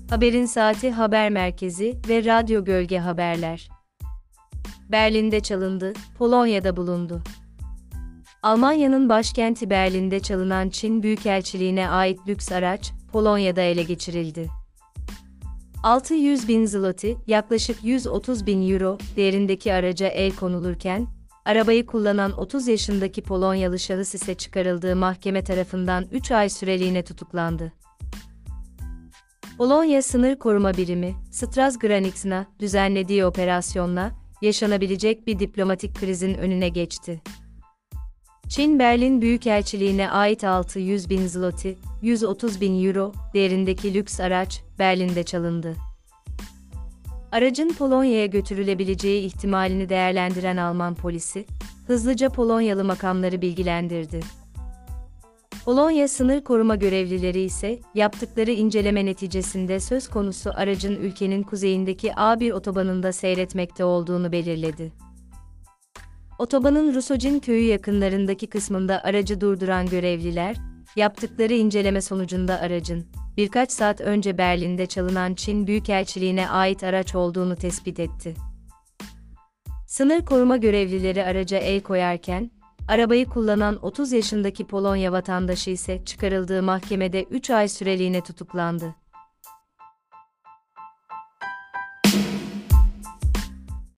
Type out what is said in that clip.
Haberin Saati Haber Merkezi ve Radyo Gölge Haberler. Berlin'de çalındı, Polonya'da bulundu. Almanya'nın başkenti Berlin'de çalınan Çin Büyükelçiliğine ait lüks araç, Polonya'da ele geçirildi. 600.000 zloty, yaklaşık 130.000 euro değerindeki araca el konulurken, arabayı kullanan 30 yaşındaki Polonyalı şahıs ise çıkarıldığı mahkeme tarafından 3 ay süreliğine tutuklandı. Polonya Sınır Koruma Birimi, Straż Graniczna, düzenlediği operasyonla, yaşanabilecek bir diplomatik krizin önüne geçti. Çin Berlin Büyükelçiliğine ait 600.000 zloty, 130.000 euro değerindeki lüks araç, Berlin'de çalındı. Aracın Polonya'ya götürülebileceği ihtimalini değerlendiren Alman polisi, hızlıca Polonyalı makamları bilgilendirdi. Polonya sınır koruma görevlileri ise, yaptıkları inceleme neticesinde söz konusu aracın ülkenin kuzeyindeki A1 otobanında seyretmekte olduğunu belirledi. Otobanın Rusocin köyü yakınlarındaki kısmında aracı durduran görevliler, yaptıkları inceleme sonucunda aracın, birkaç saat önce Berlin'de çalınan Çin Büyükelçiliğine ait araç olduğunu tespit etti. Sınır koruma görevlileri araca el koyarken, arabayı kullanan 30 yaşındaki Polonya vatandaşı ise çıkarıldığı mahkemede 3 ay süreliğine tutuklandı.